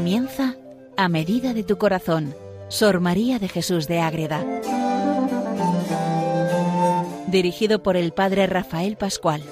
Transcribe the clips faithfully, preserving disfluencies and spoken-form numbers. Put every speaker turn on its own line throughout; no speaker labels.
Comienza A Medida de tu Corazón, Sor María de Jesús de Ágreda. Dirigido por el Padre Rafael Pascual.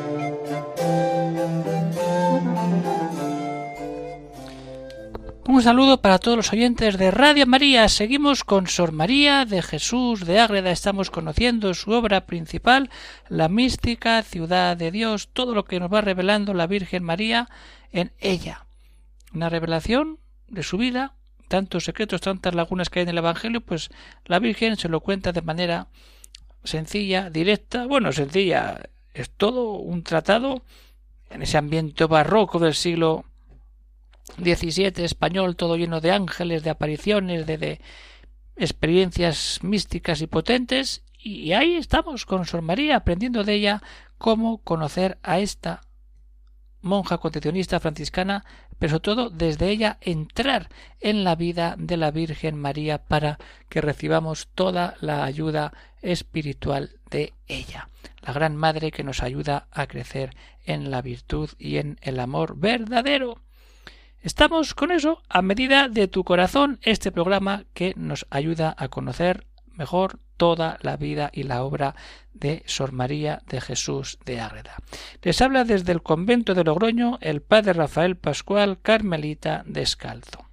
Un saludo para todos los oyentes de Radio María. Seguimos con Sor María de Jesús de Ágreda. Estamos conociendo su obra principal, la mística Ciudad de Dios, todo lo que nos va revelando la Virgen María en ella. Una revelación de su vida, tantos secretos, tantas lagunas que hay en el Evangelio, pues la Virgen se lo cuenta de manera sencilla, directa, bueno, sencilla, es todo un tratado en ese ambiente barroco del siglo diecisiete español, todo lleno de ángeles, de apariciones, de, de experiencias místicas y potentes, y ahí estamos con Sor María aprendiendo de ella cómo conocer a esta monja concepcionista franciscana, pero sobre todo desde ella entrar en la vida de la Virgen María para que recibamos toda la ayuda espiritual de ella, la gran madre que nos ayuda a crecer en la virtud y en el amor verdadero. Estamos con eso, A Medida de tu Corazón, este programa que nos ayuda a conocer mejor toda la vida y la obra de Sor María de Jesús de Ágreda. Les habla desde el convento de Logroño el Padre Rafael Pascual, carmelita descalzo.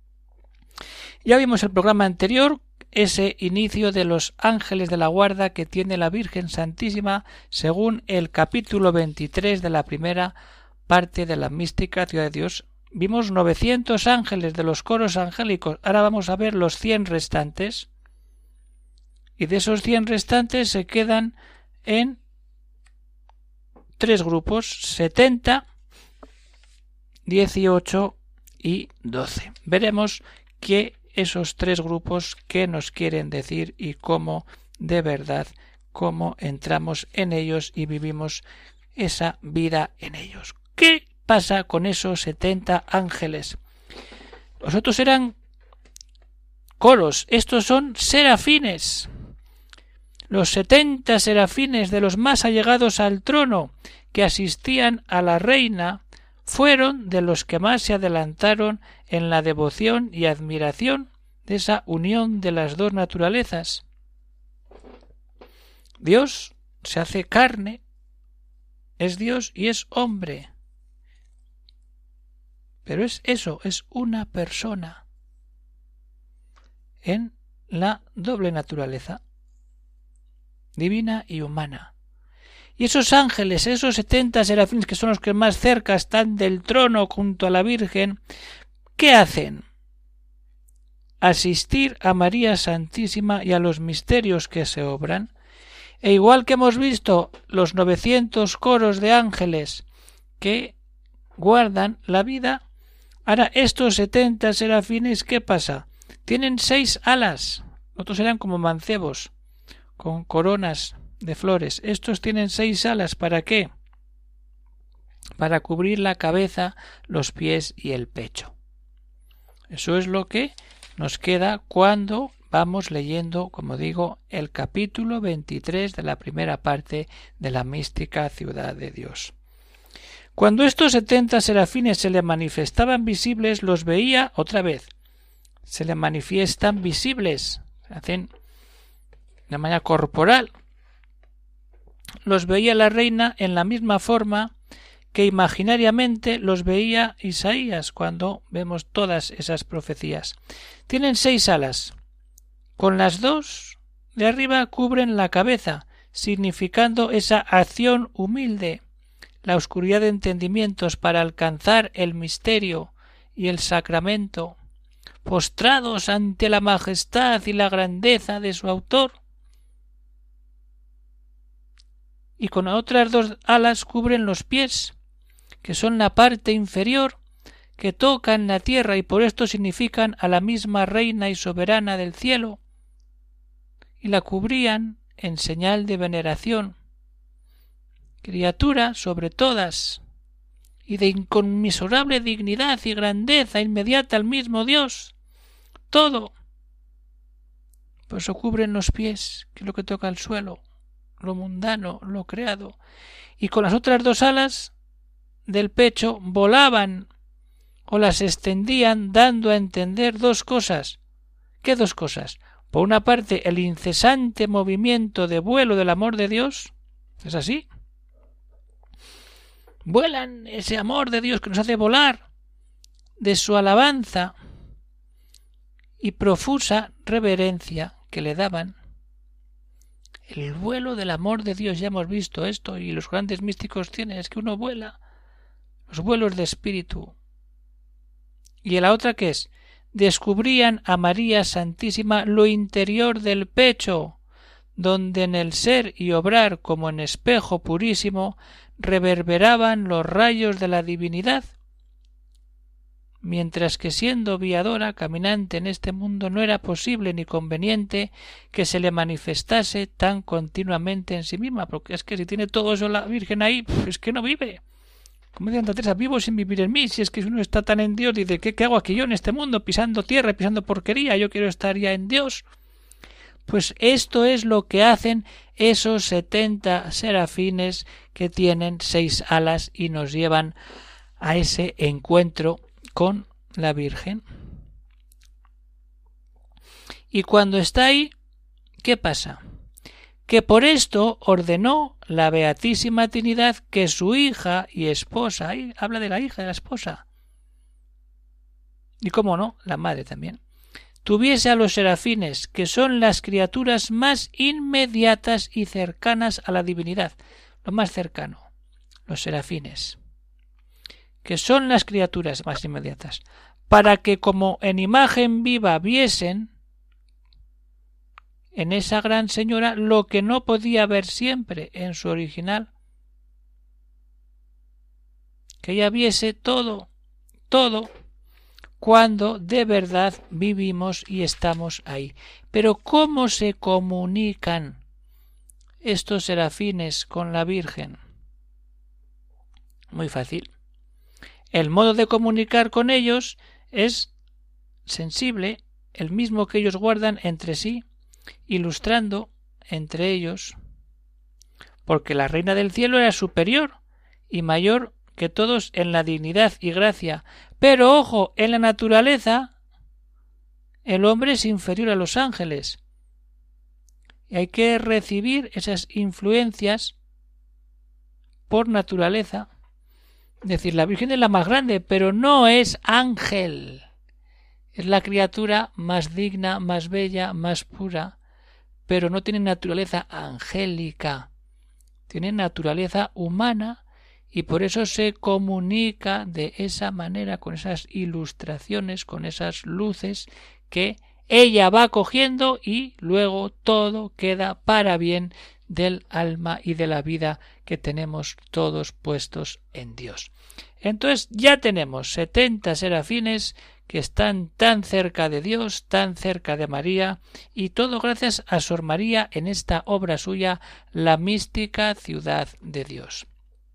Ya vimos el programa anterior, ese inicio de los ángeles de la guarda que tiene la Virgen Santísima según el capítulo veintitrés de la primera parte de la mística Ciudad de Dios. Vimos novecientos ángeles de los coros angélicos. Ahora vamos a ver los cien restantes. Y de esos cien restantes se quedan en tres grupos, setenta, dieciocho y doce. Veremos que esos tres grupos qué nos quieren decir y cómo de verdad, cómo entramos en ellos y vivimos esa vida en ellos. ¿Qué pasa con esos setenta ángeles? Los otros eran coros, estos son serafines. Los setenta serafines de los más allegados al trono que asistían a la reina fueron de los que más se adelantaron en la devoción y admiración de esa unión de las dos naturalezas. Dios se hace carne, es Dios y es hombre. Pero es eso, es una persona en la doble naturaleza, divina y humana. Y esos ángeles, esos setenta serafines que son los que más cerca están del trono junto a la Virgen, ¿qué hacen? Asistir a María Santísima y a los misterios que se obran. E igual que hemos visto los novecientos coros de ángeles que guardan la vida, ahora estos setenta serafines, ¿qué pasa? Tienen seis alas, otros eran como mancebos, con coronas de flores. Estos tienen seis alas, ¿para qué? Para cubrir la cabeza, los pies y el pecho. Eso es lo que nos queda cuando vamos leyendo, como digo, el capítulo veintitrés de la primera parte de la mística Ciudad de Dios. Cuando estos setenta serafines se le manifestaban visibles, los veía otra vez. Se le manifiestan visibles, se hacen de manera corporal. Los veía la reina en la misma forma que imaginariamente los veía Isaías cuando vemos todas esas profecías. Tienen seis alas. Con las dos de arriba cubren la cabeza, significando esa acción humilde, la oscuridad de entendimientos para alcanzar el misterio y el sacramento, postrados ante la majestad y la grandeza de su autor. Y con otras dos alas cubren los pies, que son la parte inferior que tocan la tierra y por esto significan a la misma reina y soberana del cielo, y la cubrían en señal de veneración, criatura sobre todas, y de inconmensurable dignidad y grandeza inmediata al mismo Dios, todo. Por eso cubren los pies, que es lo que toca el suelo, lo mundano, lo creado, y con las otras dos alas del pecho volaban o las extendían dando a entender dos cosas. ¿Qué dos cosas? Por una parte, el incesante movimiento de vuelo del amor de Dios. ¿Es así? Vuelan ese amor de Dios que nos hace volar, de su alabanza y profusa reverencia que le daban. El vuelo del amor de Dios, ya hemos visto esto, y los grandes místicos tienen, es que uno vuela, los vuelos de espíritu. ¿Y la otra qué es? Descubrían a María Santísima lo interior del pecho, donde en el ser y obrar como en espejo purísimo reverberaban los rayos de la divinidad, mientras que siendo viadora caminante en este mundo no era posible ni conveniente que se le manifestase tan continuamente en sí misma, porque es que si tiene todo eso la Virgen ahí, es que no vive. Como dice Santa Teresa, vivo sin vivir en mí. Si es que uno está tan en Dios, dice, ¿qué, qué hago aquí yo en este mundo? Pisando tierra, pisando porquería, yo quiero estar ya en Dios. Pues esto es lo que hacen esos setenta serafines que tienen seis alas y nos llevan a ese encuentro con la Virgen. Y cuando está ahí, ¿qué pasa? Que por esto ordenó la Beatísima Trinidad que su hija y esposa, ahí habla de la hija y de la esposa, y cómo no, la madre también, tuviese a los serafines, que son las criaturas más inmediatas y cercanas a la divinidad, lo más cercano, los serafines, que son las criaturas más inmediatas, para que como en imagen viva viesen en esa gran señora lo que no podía ver siempre en su original, que ella viese todo, todo, cuando de verdad vivimos y estamos ahí. Pero ¿cómo se comunican estos serafines con la Virgen? Muy fácil. El modo de comunicar con ellos es sensible, el mismo que ellos guardan entre sí, ilustrando entre ellos, porque la Reina del Cielo era superior y mayor que todos en la dignidad y gracia, pero ojo, en la naturaleza el hombre es inferior a los ángeles y hay que recibir esas influencias por naturaleza. Es decir, la Virgen es la más grande, pero no es ángel. Es la criatura más digna, más bella, más pura, pero no tiene naturaleza angélica, tiene naturaleza humana y por eso se comunica de esa manera, con esas ilustraciones, con esas luces que ella va cogiendo y luego todo queda para bien del alma y de la vida que tenemos todos puestos en Dios. Entonces ya tenemos setenta serafines que están tan cerca de Dios, tan cerca de María, y todo gracias a Sor María en esta obra suya, La mística ciudad de Dios.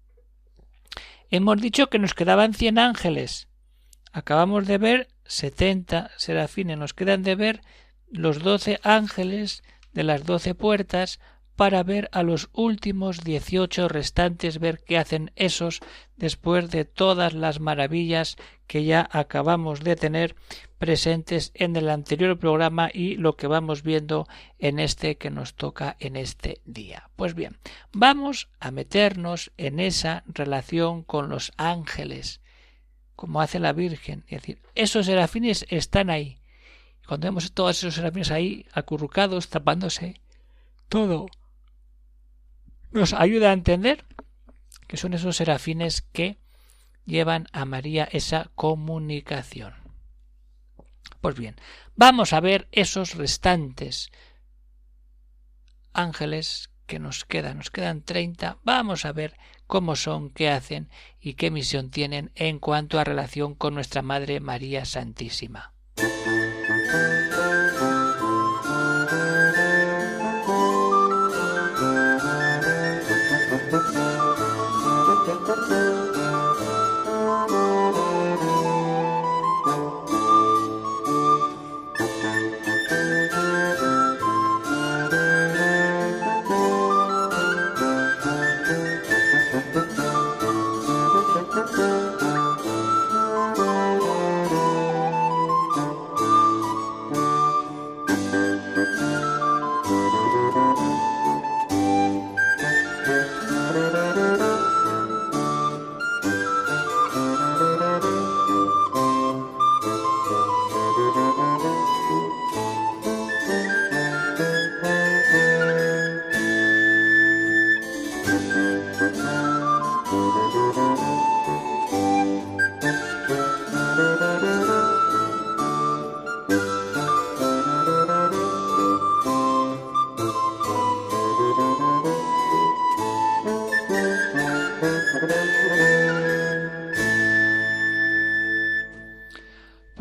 Hemos dicho que nos quedaban cien ángeles. Acabamos de ver setenta serafines, nos quedan de ver los doce ángeles de las doce puertas, para ver a los últimos dieciocho restantes, ver qué hacen esos después de todas las maravillas que ya acabamos de tener presentes en el anterior programa y lo que vamos viendo en este que nos toca en este día. Pues bien, vamos a meternos en esa relación con los ángeles, como hace la Virgen. Es decir, esos serafines están ahí. Cuando vemos todos esos serafines ahí, acurrucados, tapándose, todo nos ayuda a entender que son esos serafines que llevan a María esa comunicación. Pues bien, vamos a ver esos restantes ángeles que nos quedan. Nos quedan treinta. Vamos a ver cómo son, qué hacen y qué misión tienen en cuanto a relación con nuestra Madre María Santísima.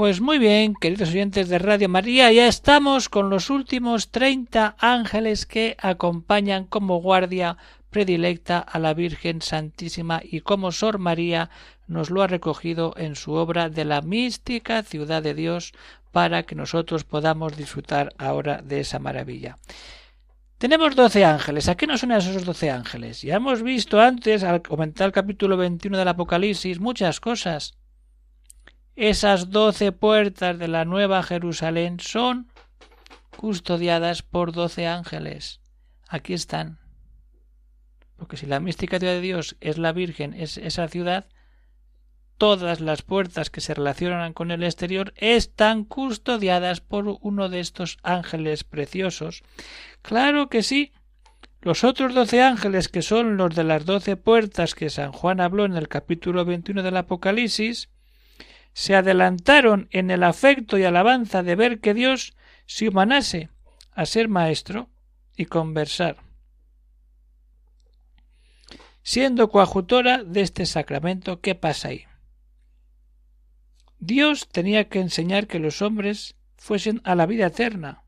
Pues muy bien, queridos oyentes de Radio María, ya estamos con los últimos treinta ángeles que acompañan como guardia predilecta a la Virgen Santísima y como Sor María nos lo ha recogido en su obra de la mística ciudad de Dios para que nosotros podamos disfrutar ahora de esa maravilla. Tenemos doce ángeles. ¿A qué nos suenan esos doce ángeles? Ya hemos visto antes, al comentar el capítulo veintiuno del Apocalipsis, muchas cosas. Esas doce puertas de la Nueva Jerusalén son custodiadas por doce ángeles. Aquí están. Porque si la mística ciudad de Dios es la Virgen, es esa ciudad, todas las puertas que se relacionan con el exterior están custodiadas por uno de estos ángeles preciosos. Claro que sí. Los otros doce ángeles, que son los de las doce puertas que San Juan habló en el capítulo veintiuno del Apocalipsis, se adelantaron en el afecto y alabanza de ver que Dios se humanase a ser maestro y conversar, siendo coadjutora de este sacramento. ¿Qué pasa ahí? Dios tenía que enseñar que los hombres fuesen a la vida eterna.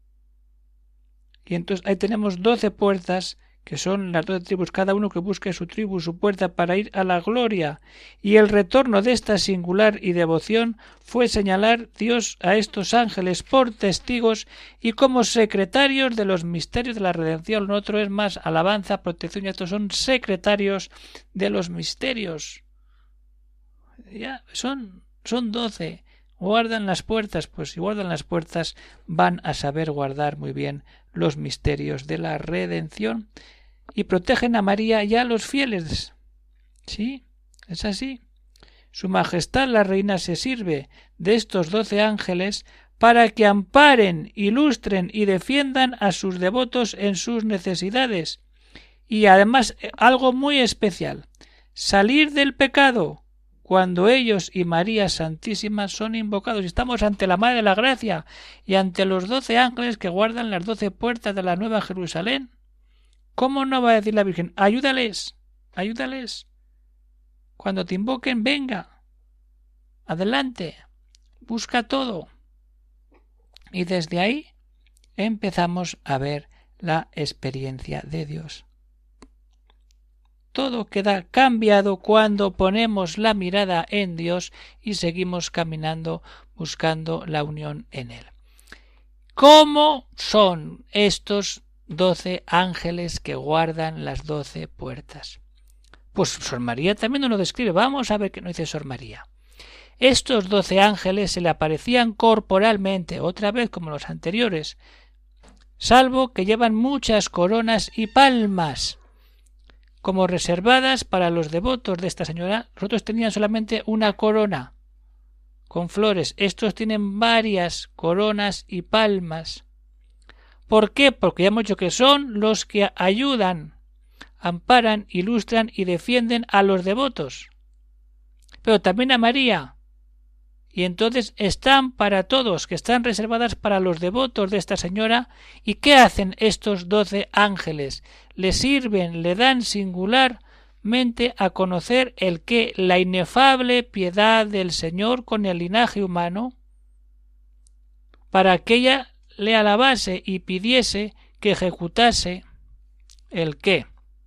Y entonces ahí tenemos doce puertas, que son las doce tribus, cada uno que busque su tribu, su puerta para ir a la gloria. Y el retorno de esta singular y devoción fue señalar Dios a estos ángeles por testigos y como secretarios de los misterios de la redención. Lo otro es más alabanza, protección, y estos son secretarios de los misterios. Ya, son, son doce. Guardan las puertas, pues si guardan las puertas van a saber guardar muy bien los misterios de la redención y protegen a María y a los fieles. Sí, es así. Su Majestad la Reina se sirve de estos doce ángeles para que amparen, ilustren y defiendan a sus devotos en sus necesidades. Y además, algo muy especial, salir del pecado cuando ellos y María Santísima son invocados. Estamos ante la Madre de la Gracia y ante los doce ángeles que guardan las doce puertas de la Nueva Jerusalén. ¿Cómo no va a decir la Virgen? Ayúdales, ayúdales. Cuando te invoquen, venga, adelante, busca todo. Y desde ahí empezamos a ver la experiencia de Dios. Todo queda cambiado cuando ponemos la mirada en Dios y seguimos caminando buscando la unión en Él. ¿Cómo son estos doce ángeles que guardan las doce puertas? Pues Sor María también nos lo describe. Vamos a ver qué nos dice Sor María. Estos doce ángeles se le aparecían corporalmente, otra vez como los anteriores, salvo que llevan muchas coronas y palmas, como reservadas para los devotos de esta señora. Los otros tenían solamente una corona con flores. Estos tienen varias coronas y palmas. ¿Por qué? Porque ya hemos dicho que son los que ayudan, amparan, ilustran y defienden a los devotos, pero también a María. Y entonces están para todos, que están reservadas para los devotos de esta señora. ¿Y qué hacen estos doce ángeles? Le sirven, le dan singularmente a conocer el qué, la inefable piedad del Señor con el linaje humano, para que ella le alabase y pidiese que ejecutase el qué.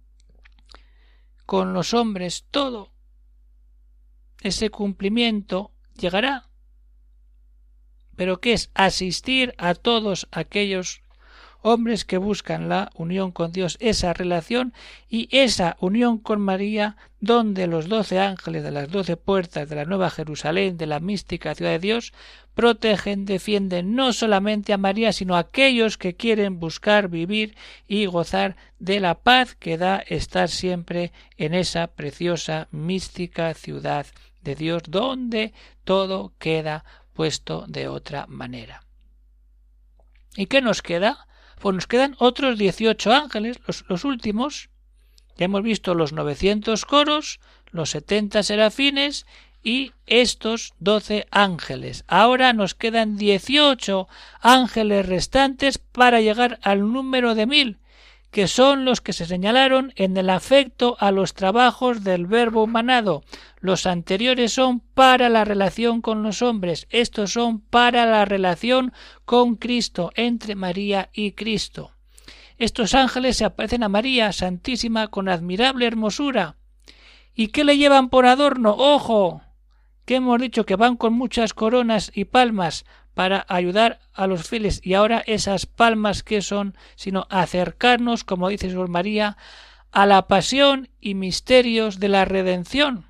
Con los hombres todo ese cumplimiento llegará. ¿Pero qué es? Asistir a todos aquellos hombres que buscan la unión con Dios, esa relación y esa unión con María, donde los doce ángeles de las doce puertas de la Nueva Jerusalén, de la mística ciudad de Dios, protegen, defienden no solamente a María, sino a aquellos que quieren buscar, vivir y gozar de la paz que da estar siempre en esa preciosa mística ciudad de Dios, donde todo queda puesto de otra manera. ¿Y qué nos queda? Pues nos quedan otros dieciocho ángeles, los, los últimos. Ya hemos visto los novecientos coros, los setenta serafines y estos doce ángeles. Ahora nos quedan dieciocho ángeles restantes para llegar al número de mil, que son los que se señalaron en el afecto a los trabajos del verbo humanado. Los anteriores son para la relación con los hombres, estos son para la relación con Cristo, entre María y Cristo. Estos ángeles se aparecen a María Santísima con admirable hermosura. ¿Y qué le llevan por adorno? ¡Ojo! Que hemos dicho que van con muchas coronas y palmas para ayudar a los fieles, y ahora esas palmas que son, sino acercarnos, como dice Sor María, a la pasión y misterios de la redención.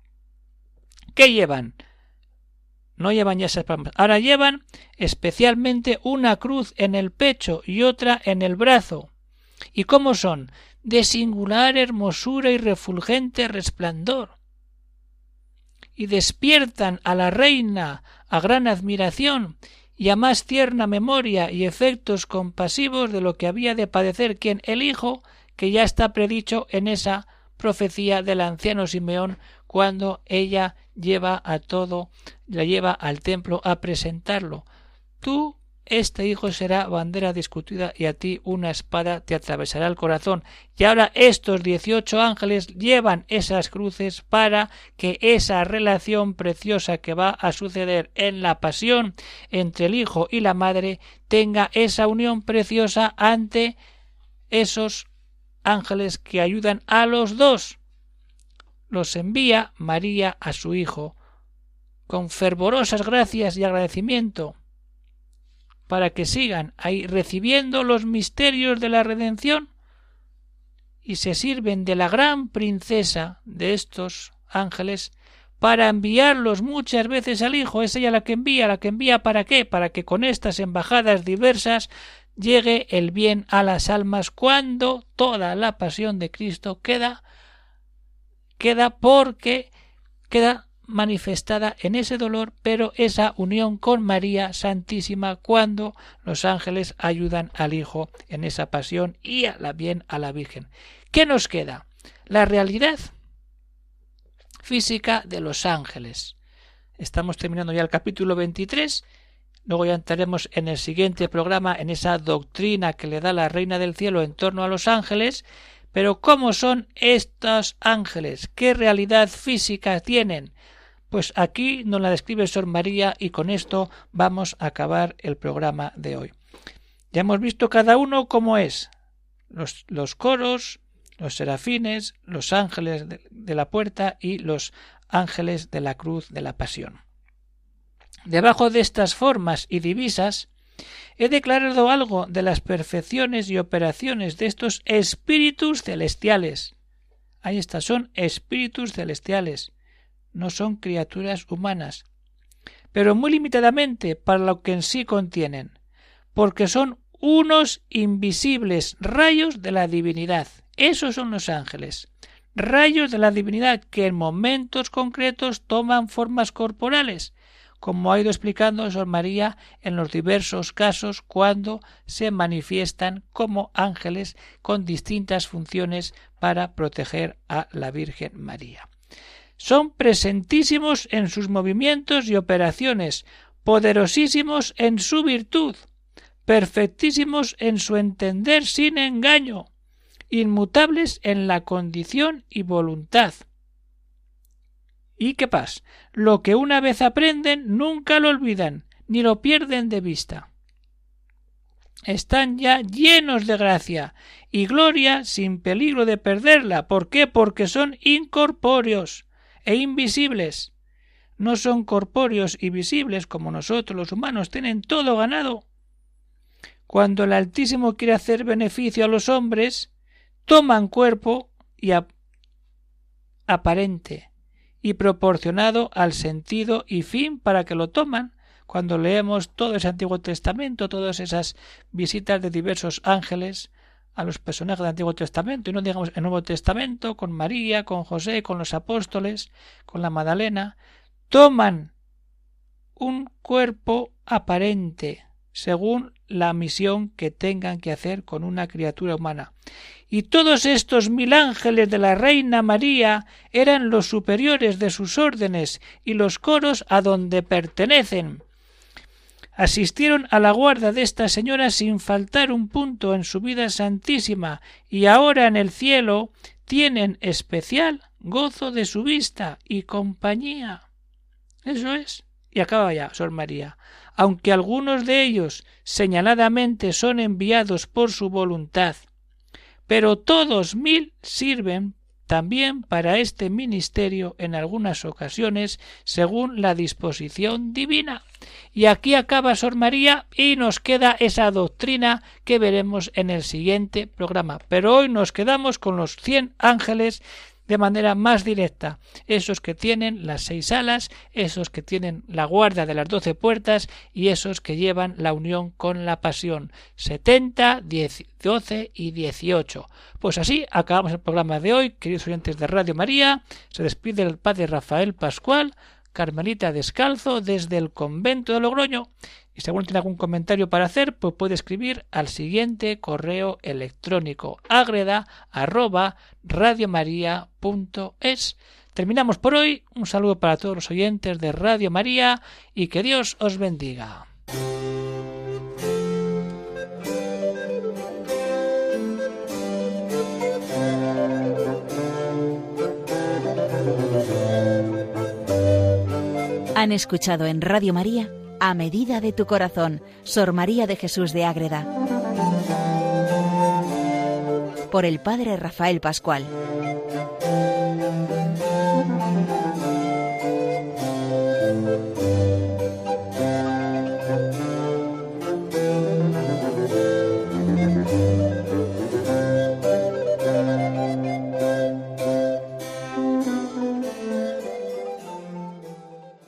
¿Qué llevan? No llevan ya esas palmas, ahora llevan especialmente una cruz en el pecho y otra en el brazo. ¿Y cómo son? De singular hermosura y refulgente resplandor. Y despiertan a la reina a gran admiración y a más tierna memoria y efectos compasivos de lo que había de padecer quien el Hijo, que ya está predicho en esa profecía del anciano Simeón, cuando ella lleva a todo, la lleva al templo a presentarlo. Tú, este hijo será bandera discutida y a ti una espada te atravesará el corazón. Y ahora estos dieciocho ángeles llevan esas cruces para que esa relación preciosa que va a suceder en la pasión entre el Hijo y la Madre tenga esa unión preciosa ante esos ángeles que ayudan a los dos. Los envía María a su Hijo con fervorosas gracias y agradecimiento, para que sigan ahí recibiendo los misterios de la redención y se sirven de la gran princesa de estos ángeles para enviarlos muchas veces al Hijo. Es ella la que envía, la que envía ¿para qué? Para que con estas embajadas diversas llegue el bien a las almas cuando toda la pasión de Cristo queda, queda porque queda manifestada en ese dolor, pero esa unión con María Santísima cuando los ángeles ayudan al Hijo en esa pasión y a la bien a la Virgen. ¿Qué nos queda? La realidad física de los ángeles. Estamos terminando ya el capítulo veintitrés, luego ya entraremos en el siguiente programa en esa doctrina que le da la Reina del Cielo en torno a los ángeles. Pero ¿cómo son estos ángeles? ¿Qué realidad física tienen? Pues aquí nos la describe Sor María y con esto vamos a acabar el programa de hoy. Ya hemos visto cada uno cómo es. Los, los coros, los serafines, los ángeles de, de la puerta y los ángeles de la cruz de la pasión. Debajo de estas formas y divisas he declarado algo de las perfecciones y operaciones de estos espíritus celestiales. Ahí está, son espíritus celestiales. No son criaturas humanas, pero muy limitadamente para lo que en sí contienen, porque son unos invisibles rayos de la divinidad. Esos son los ángeles, rayos de la divinidad que en momentos concretos toman formas corporales, como ha ido explicando Sor María en los diversos casos cuando se manifiestan como ángeles con distintas funciones para proteger a la Virgen María. Son presentísimos en sus movimientos y operaciones, poderosísimos en su virtud, perfectísimos en su entender sin engaño, inmutables en la condición y voluntad. ¿Y qué pasa? Lo que una vez aprenden nunca lo olvidan, ni lo pierden de vista. Están ya llenos de gracia y gloria sin peligro de perderla. ¿Por qué? Porque son incorpóreos e invisibles. No son corpóreos y visibles como nosotros los humanos, tienen todo ganado. Cuando el Altísimo quiere hacer beneficio a los hombres, toman cuerpo y ap- aparente y proporcionado al sentido y fin para que lo toman. Cuando leemos todo ese Antiguo Testamento, todas esas visitas de diversos ángeles a los personajes del Antiguo Testamento, y no digamos el Nuevo Testamento, con María, con José, con los apóstoles, con la Magdalena, toman un cuerpo aparente según la misión que tengan que hacer con una criatura humana. Y todos estos mil ángeles de la Reina María eran los superiores de sus órdenes y los coros a donde pertenecen. asistieron a la guarda de esta señora sin faltar un punto en su vida santísima y ahora en el cielo tienen especial gozo de su vista y compañía. Eso es. Y acaba ya, Sor María. Aunque algunos de ellos señaladamente son enviados por su voluntad, pero todos mil sirven también para este ministerio en algunas ocasiones según la disposición divina. Y aquí acaba Sor María y nos queda esa doctrina que veremos en el siguiente programa. Pero hoy nos quedamos con los cien ángeles de manera más directa, esos que tienen las seis alas, esos que tienen la guarda de las doce puertas y esos que llevan la unión con la pasión, setenta, diez, doce y dieciocho. Pues así acabamos el programa de hoy, queridos oyentes de Radio María. Se despide el padre Rafael Pascual, carmelita descalzo, desde el convento de Logroño. Y si alguno tiene algún comentario para hacer, pues puede escribir al siguiente correo electrónico: agreda arroba radiomaria punto es. Terminamos por hoy. Un saludo para todos los oyentes de Radio María y que Dios os bendiga.
Han escuchado en Radio María A Medida de tu Corazón, Sor María de Jesús de Ágreda, por el padre Rafael Pascual.